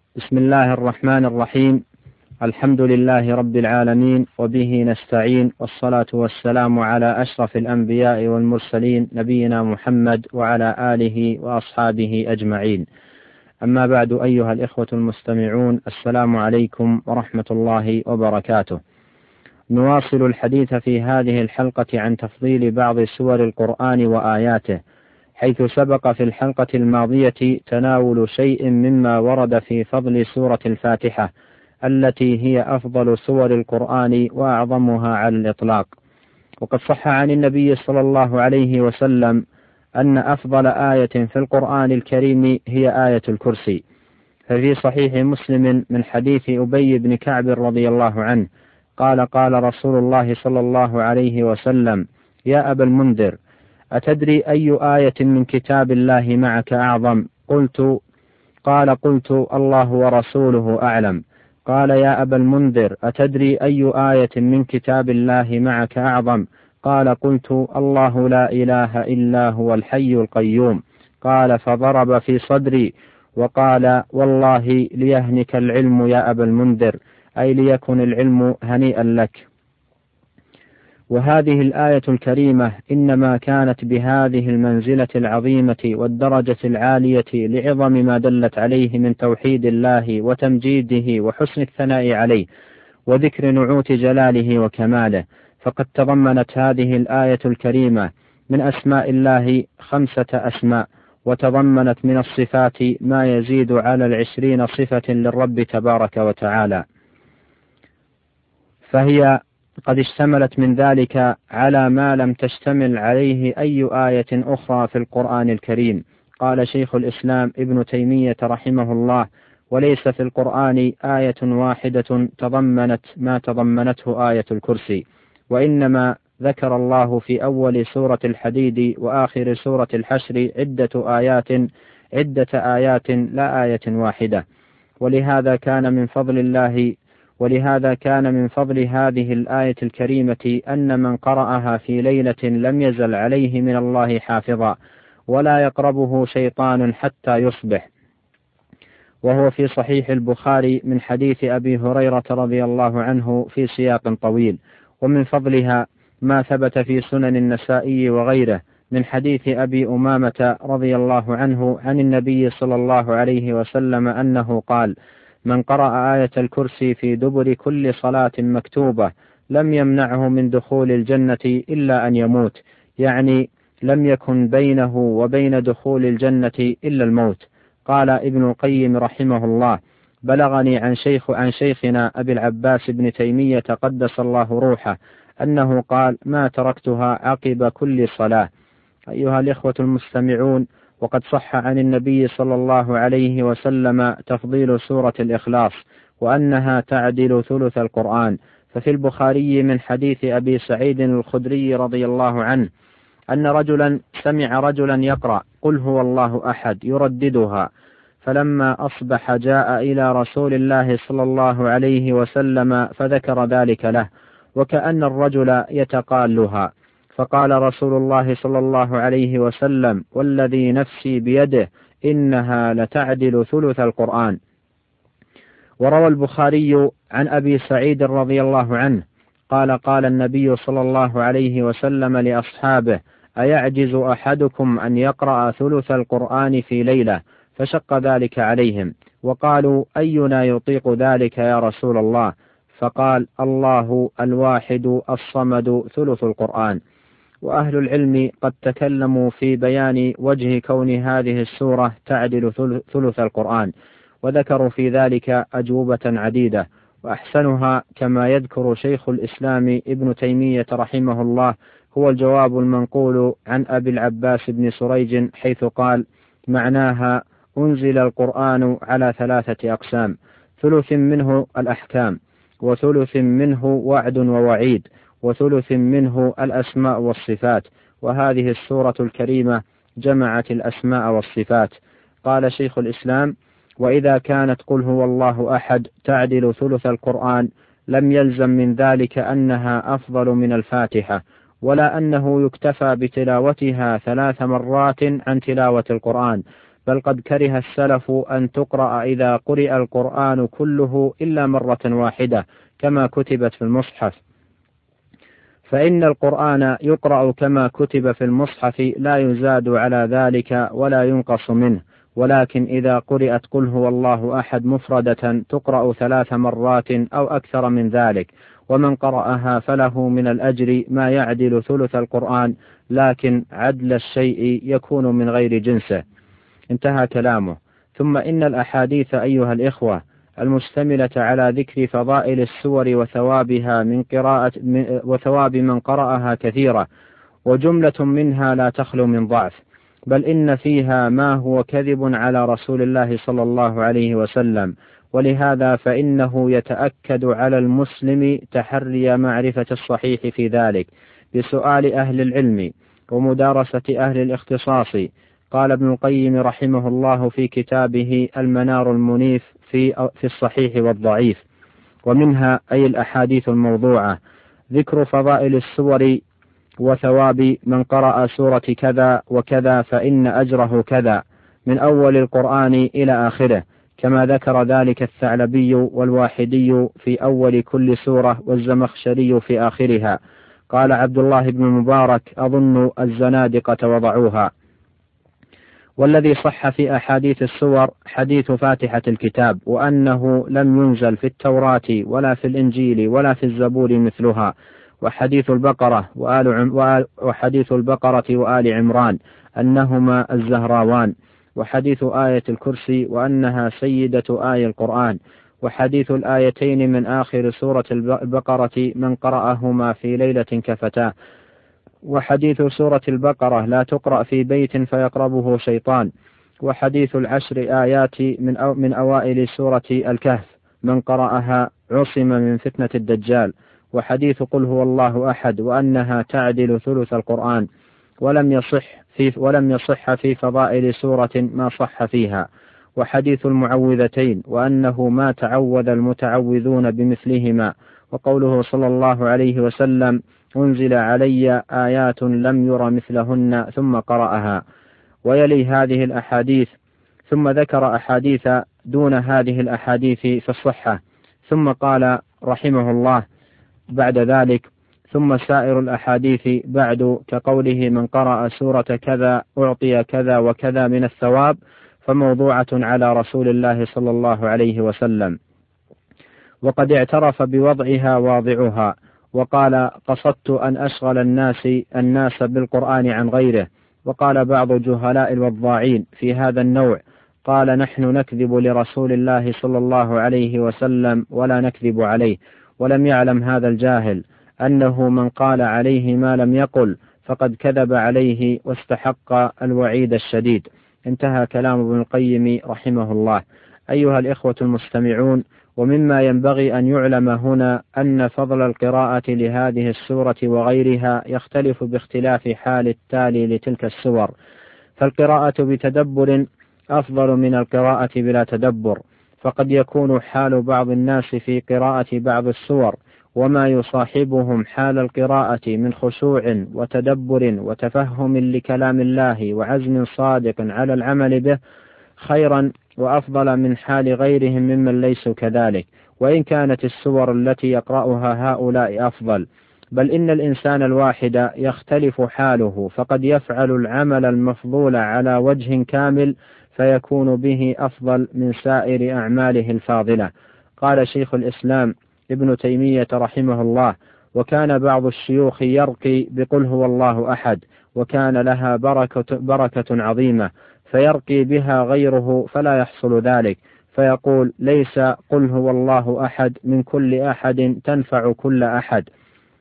بسم الله الرحمن الرحيم. الحمد لله رب العالمين، وبه نستعين، والصلاة والسلام على أشرف الأنبياء والمرسلين، نبينا محمد وعلى آله وأصحابه أجمعين. أما بعد، أيها الإخوة المستمعون، السلام عليكم ورحمة الله وبركاته. نواصل الحديث في هذه الحلقة عن تفضيل بعض سور القرآن وآياته، حيث سبق في الحلقة الماضية تناول شيء مما ورد في فضل سورة الفاتحة التي هي أفضل سور القرآن وأعظمها على الإطلاق. وقد صح عن النبي صلى الله عليه وسلم أن أفضل آية في القرآن الكريم هي آية الكرسي. ففي صحيح مسلم من حديث أبي بن كعب رضي الله عنه قال: قال رسول الله صلى الله عليه وسلم: يا أبا المنذر، أتدري أي آية من كتاب الله معك أعظم؟ قال: قلت: الله ورسوله أعلم. قال: يا أبا المنذر، أتدري أي آية من كتاب الله معك أعظم؟ قال: قلت: الله لا إله إلا هو الحي القيوم. قال: فضرب في صدري وقال: والله ليهنك العلم يا أبا المنذر، أي ليكن العلم هنيئا لك. وهذه الآية الكريمة إنما كانت بهذه المنزلة العظيمة والدرجة العالية لعظم ما دلت عليه من توحيد الله وتمجيده وحسن الثناء عليه وذكر نعوت جلاله وكماله. فقد تضمنت هذه الآية الكريمة من أسماء الله 5 أسماء، وتضمنت من الصفات ما يزيد على 20 صفة للرب تبارك وتعالى، فهي قد اشتملت من ذلك على ما لم تشتمل عليه أي آية أخرى في القرآن الكريم. قال شيخ الإسلام ابن تيمية رحمه الله: وليس في القرآن آية واحدة تضمنت ما تضمنته آية الكرسي، وإنما ذكر الله في أول سورة الحديد وآخر سورة الحشر عدة آيات لا آية واحدة. ولهذا كان من فضل هذه الآية الكريمة أن من قرأها في ليلة لم يزل عليه من الله حافظا، ولا يقربه شيطان حتى يصبح. وهو في صحيح البخاري من حديث أبي هريرة رضي الله عنه في سياق طويل. ومن فضلها ما ثبت في سنن النسائي وغيره من حديث أبي أمامة رضي الله عنه عن النبي صلى الله عليه وسلم أنه قال: من قرأ آية الكرسي في دبر كل صلاة مكتوبة لم يمنعه من دخول الجنة إلا أن يموت، يعني لم يكن بينه وبين دخول الجنة إلا الموت. قال ابن القيم رحمه الله: بلغني عن شيخنا أبي العباس بن تيمية قدس الله روحه أنه قال: ما تركتها عقب كل صلاة. أيها الإخوة المستمعون، وقد صح عن النبي صلى الله عليه وسلم تفضيل سورة الإخلاص وأنها تعدل ثلث القرآن. ففي البخاري من حديث أبي سعيد الخدري رضي الله عنه أن رجلا سمع رجلا يقرأ: قل هو الله أحد يرددها، فلما أصبح جاء إلى رسول الله صلى الله عليه وسلم فذكر ذلك له، وكأن الرجل يتقالها، فقال رسول الله صلى الله عليه وسلم: والذي نفسي بيده إنها لتعدل ثلث القرآن. وروى البخاري عن أبي سعيد رضي الله عنه قال: قال النبي صلى الله عليه وسلم لأصحابه: أيعجز أحدكم أن يقرأ ثلث القرآن في ليلة؟ فشق ذلك عليهم، وقالوا: أينا يطيق ذلك يا رسول الله؟ فقال: الله الواحد الصمد ثلث القرآن. وأهل العلم قد تكلموا في بيان وجه كون هذه السورة تعدل ثلث القرآن، وذكروا في ذلك أجوبة عديدة، وأحسنها كما يذكر شيخ الإسلام ابن تيمية رحمه الله هو الجواب المنقول عن أبي العباس بن سريج، حيث قال: معناها أنزل القرآن على 3 أقسام: ثلث منه الأحكام، وثلث منه وعد ووعيد، وثلث منه الأسماء والصفات. وهذه السورة الكريمة جمعت الأسماء والصفات. قال شيخ الإسلام: وإذا كانت قل هو الله أحد تعدل ثلث القرآن لم يلزم من ذلك أنها أفضل من الفاتحة، ولا أنه يكتفى بتلاوتها 3 مرات عن تلاوة القرآن، بل قد كره السلف أن تقرأ إذا قرئ القرآن كله إلا مرة واحدة كما كتبت في المصحف، فإن القرآن يقرأ كما كتب في المصحف لا يزاد على ذلك ولا ينقص منه، ولكن إذا قرأت قل هو الله أحد مفردة تقرأ 3 مرات أو أكثر من ذلك، ومن قرأها فله من الأجر ما يعدل ثلث القرآن، لكن عدل الشيء يكون من غير جنسه. انتهى كلامه. ثم إن الأحاديث أيها الإخوة المشتملة على ذكر فضائل السور وثوابها وثواب من قرأها كثيرة، وجملة منها لا تخلو من ضعف، بل إن فيها ما هو كذب على رسول الله صلى الله عليه وسلم، ولهذا فإنه يتأكد على المسلم تحري معرفة الصحيح في ذلك بسؤال أهل العلم ومدارسة أهل الاختصاص. قال ابن القيم رحمه الله في كتابه المنار المنيف في الصحيح والضعيف، ومنها أي الأحاديث الموضوعة ذكر فضائل السور وثواب من قرأ سورة كذا وكذا فإن أجره كذا من أول القرآن إلى آخره، كما ذكر ذلك الثعلبي والواحدي في أول كل سورة والزمخشري في آخرها. قال عبد الله بن المبارك أظن الزنادقة وضعوها. والذي صح في أحاديث السور حديث فاتحة الكتاب، وأنه لم ينزل في التوراة ولا في الإنجيل ولا في الزبور مثلها، وحديث البقرة وآل عمران أنهما الزهراوان، وحديث آية الكرسي وأنها سيدة آي القرآن، وحديث الآيتين من آخر سورة البقرة من قرأهما في ليلة كفتاه، وحديث سورة البقرة لا تقرأ في بيت فيقربه شيطان، وحديث العشر آيات من أوائل سورة الكهف من قرأها عصم من فتنة الدجال، وحديث قل هو الله أحد وأنها تعدل ثلث القرآن، ولم يصح في فضائل سورة ما صح فيها، وحديث المعوذتين وأنه ما تعوذ المتعوذون بمثلهما، وقوله صلى الله عليه وسلم أنزل علي آيات لم ير مثلهن ثم قرأها. ويلي هذه الأحاديث ثم ذكر أحاديث دون هذه الأحاديث في الصحة، ثم قال رحمه الله بعد ذلك ثم سائر الأحاديث بعد كقوله من قرأ سورة كذا أعطي كذا وكذا من الثواب فموضوعة على رسول الله صلى الله عليه وسلم، وقد اعترف بوضعها واضعها وقال قصدت أن أشغل الناس بالقرآن عن غيره. وقال بعض جهلاء الوضاعين في هذا النوع قال نحن نكذب لرسول الله صلى الله عليه وسلم ولا نكذب عليه، ولم يعلم هذا الجاهل أنه من قال عليه ما لم يقل فقد كذب عليه واستحق الوعيد الشديد. انتهى كلام ابن القيم رحمه الله. أيها الإخوة المستمعون، ومما ينبغي أن يعلم هنا أن فضل القراءة لهذه السورة وغيرها يختلف باختلاف حال التالي لتلك السور، فالقراءة بتدبر أفضل من القراءة بلا تدبر، فقد يكون حال بعض الناس في قراءة بعض السور وما يصاحبهم حال القراءة من خشوع وتدبر وتفهم لكلام الله وعزم صادق على العمل به خيرا وأفضل من حال غيرهم ممن ليسوا كذلك، وإن كانت السور التي يقرأها هؤلاء أفضل، بل إن الإنسان الواحد يختلف حاله، فقد يفعل العمل المفضول على وجه كامل فيكون به أفضل من سائر أعماله الفاضلة. قال شيخ الإسلام ابن تيمية رحمه الله وكان بعض الشيوخ يرقي بقل هو الله أحد وكان لها بركة عظيمة فيرقي بها غيره فلا يحصل ذلك، فيقول ليس قل هو الله أحد من كل أحد تنفع كل أحد،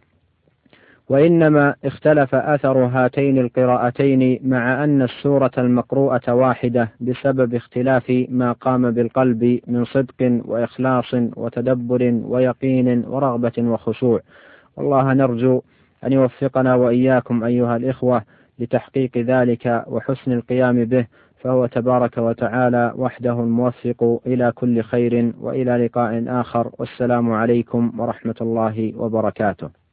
وإنما اختلف أثر هاتين القراءتين مع أن السورة المقروءة واحدة بسبب اختلاف ما قام بالقلب من صدق وإخلاص وتدبر ويقين ورغبة وخشوع. والله نرجو أن يوفقنا وإياكم أيها الإخوة لتحقيق ذلك وحسن القيام به، فهو تبارك وتعالى وحده الموفق إلى كل خير، وإلى لقاء آخر، والسلام عليكم ورحمة الله وبركاته.